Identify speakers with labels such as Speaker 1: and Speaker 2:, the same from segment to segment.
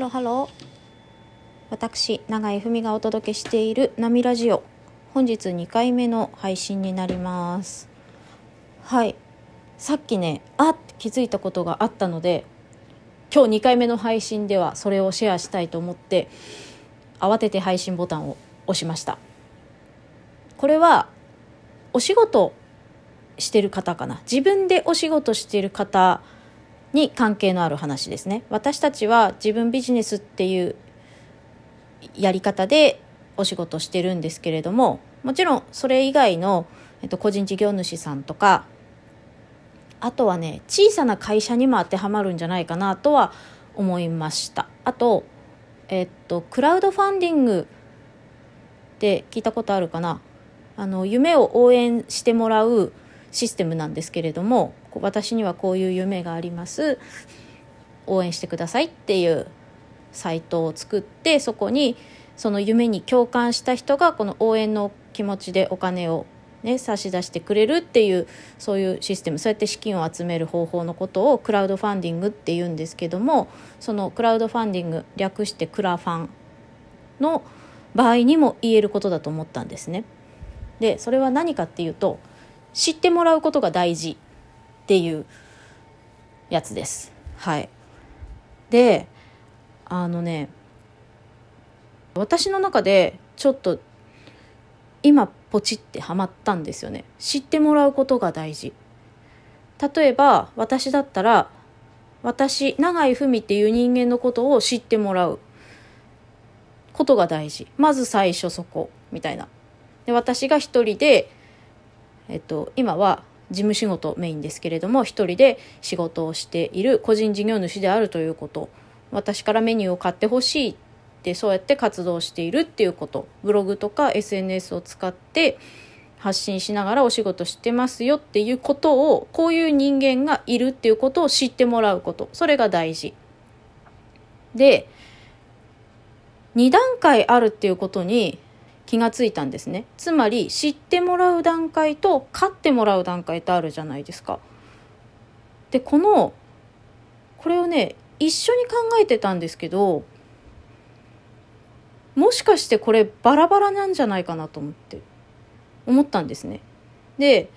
Speaker 1: ハロー。私永井文がお届けしているナミラジオ、本日2回目の配信になります。はい、さっきねって気づいたことがあったので、今日2回目の配信ではそれをシェアしたいと思って慌てて配信ボタンを押しました。これはお仕事してる方かな、自分でお仕事してる方に関係のある話ですね。私たちは自分ビジネスっていうやり方でお仕事してるんですけれども、もちろんそれ以外の、個人事業主さんとか、あとはね小さな会社にも当てはまるんじゃないかなとは思いました。あと、クラウドファンディングって聞いたことあるかな。夢を応援してもらうシステムなんですけれども、私にはこういう夢があります、応援してくださいっていうサイトを作って、そこにその夢に共感した人がこの応援の気持ちでお金を、差し出してくれるっていう、そういうシステム、そうやって資金を集める方法のことをクラウドファンディングっていうんですけども、そのクラウドファンディング、略してクラファンの場合にも言えることだと思ったんですね。でそれは何かっていうと、知ってもらうことが大事っていうやつです。はい。で私の中でちょっと今ポチってハマったんですよね。知ってもらうことが大事。例えば私だったら、私永井文っていう人間のことを知ってもらうことが大事。まず最初そこみたいな。で私が一人で、今は事務仕事メインですけれども、一人で仕事をしている個人事業主であるということ、私からメニューを買ってほしいってそうやって活動しているっていうこと、ブログとか SNS を使って発信しながらお仕事してますよっていうことを、こういう人間がいるっていうことを知ってもらうこと、それが大事で、2段階あるっていうことに気がついたんですね。つまり知ってもらう段階と買ってもらう段階ってあるじゃないですか。でこれをね一緒に考えてたんですけど、もしかしてこれバラバラなんじゃないかなと思ったんですね。で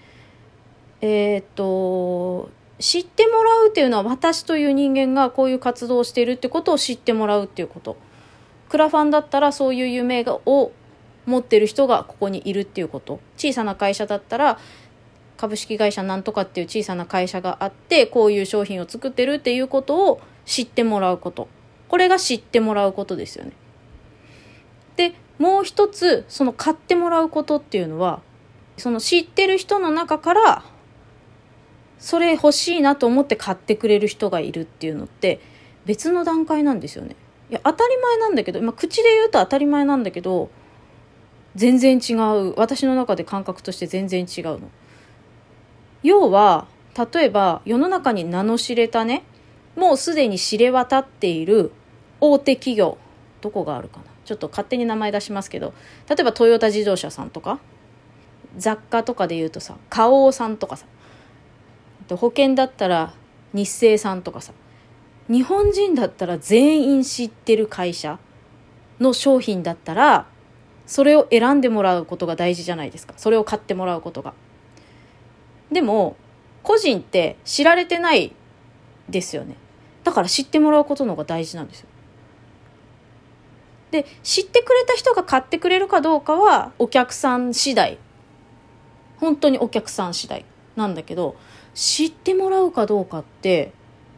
Speaker 1: 知ってもらうっていうのは、私という人間がこういう活動をしているってことを知ってもらうっていうこと。クラファンだったらそういう夢を持ってる人がここにいるっていうこと。小さな会社だったら株式会社なんとかっていう小さな会社があって、こういう商品を作ってるっていうことを知ってもらうこと。これが知ってもらうことですよね。でもう一つ、その買ってもらうことっていうのは、その知ってる人の中からそれ欲しいなと思って買ってくれる人がいるっていうのって別の段階なんですよね。いや当たり前なんだけど、口で言うと当たり前なんだけど、全然違う。私の中で感覚として全然違うの。要は例えば世の中に名の知れたね、もうすでに知れ渡っている大手企業、どこがあるかな、ちょっと勝手に名前出しますけど、例えばトヨタ自動車さんとか、雑貨とかで言うとさ花王さんとかさ、保険だったら日清さんとかさ、日本人だったら全員知ってる会社の商品だったら、それを選んでもらうことが大事じゃないですか。それを買ってもらうことが。でも個人って知られてないですよね。だから知ってもらうことの方が大事なんですよ。で知ってくれた人が買ってくれるかどうかはお客さん次第、本当にお客さん次第なんだけど、知ってもらうかどうかって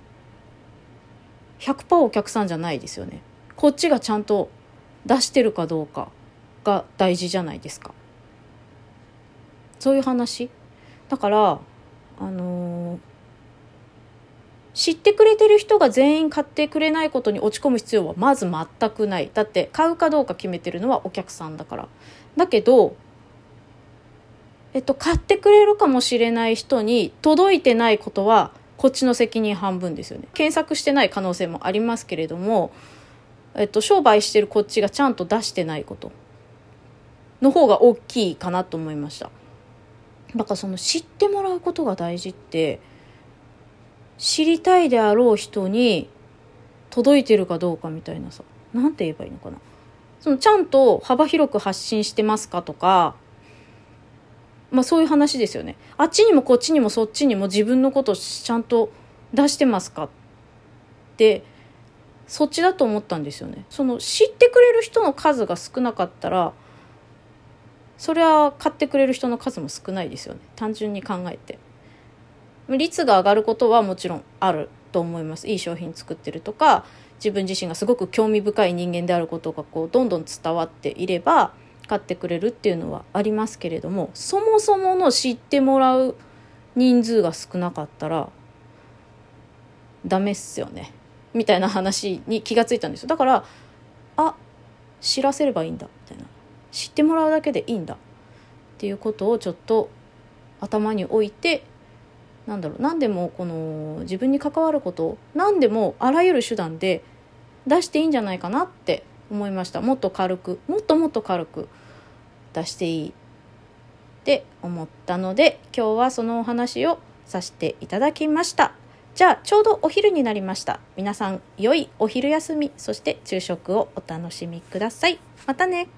Speaker 1: 100% お客さんじゃないですよね。こっちがちゃんと出してるかどうかが大事じゃないですか。そういう話だから、知ってくれてる人が全員買ってくれないことに落ち込む必要はまず全くない。だって買うかどうか決めてるのはお客さんだから。だけど買ってくれるかもしれない人に届いてないことはこっちの責任半分ですよね。検索してない可能性もありますけれども、商売してるこっちがちゃんと出してないことの方が大きいかなと思いました。だからその知ってもらうことが大事って、知りたいであろう人に届いてるかどうかみたいなさ、なんて言えばいいのかな、そのちゃんと幅広く発信してますかとか、そういう話ですよね。あっちにもこっちにもそっちにも自分のことをちゃんと出してますかって、そっちだと思ったんですよね。その知ってくれる人の数が少なかったら、それは買ってくれる人の数も少ないですよね、単純に考えて。率が上がることはもちろんあると思います。いい商品作ってるとか、自分自身がすごく興味深い人間であることがどんどん伝わっていれば買ってくれるっていうのはありますけれども、そもそもの知ってもらう人数が少なかったらダメっすよねみたいな話に気がついたんですよ。だから知らせればいいんだみたいな、知ってもらうだけでいいんだっていうことをちょっと頭に置いて、何でもこの自分に関わることを何でもあらゆる手段で出していいんじゃないかなって思いました。もっと軽く、もっと軽く出していいって思ったので、今日はそのお話をさせていただきました。じゃあちょうどお昼になりました。皆さん良いお昼休み、そして昼食をお楽しみください。またね。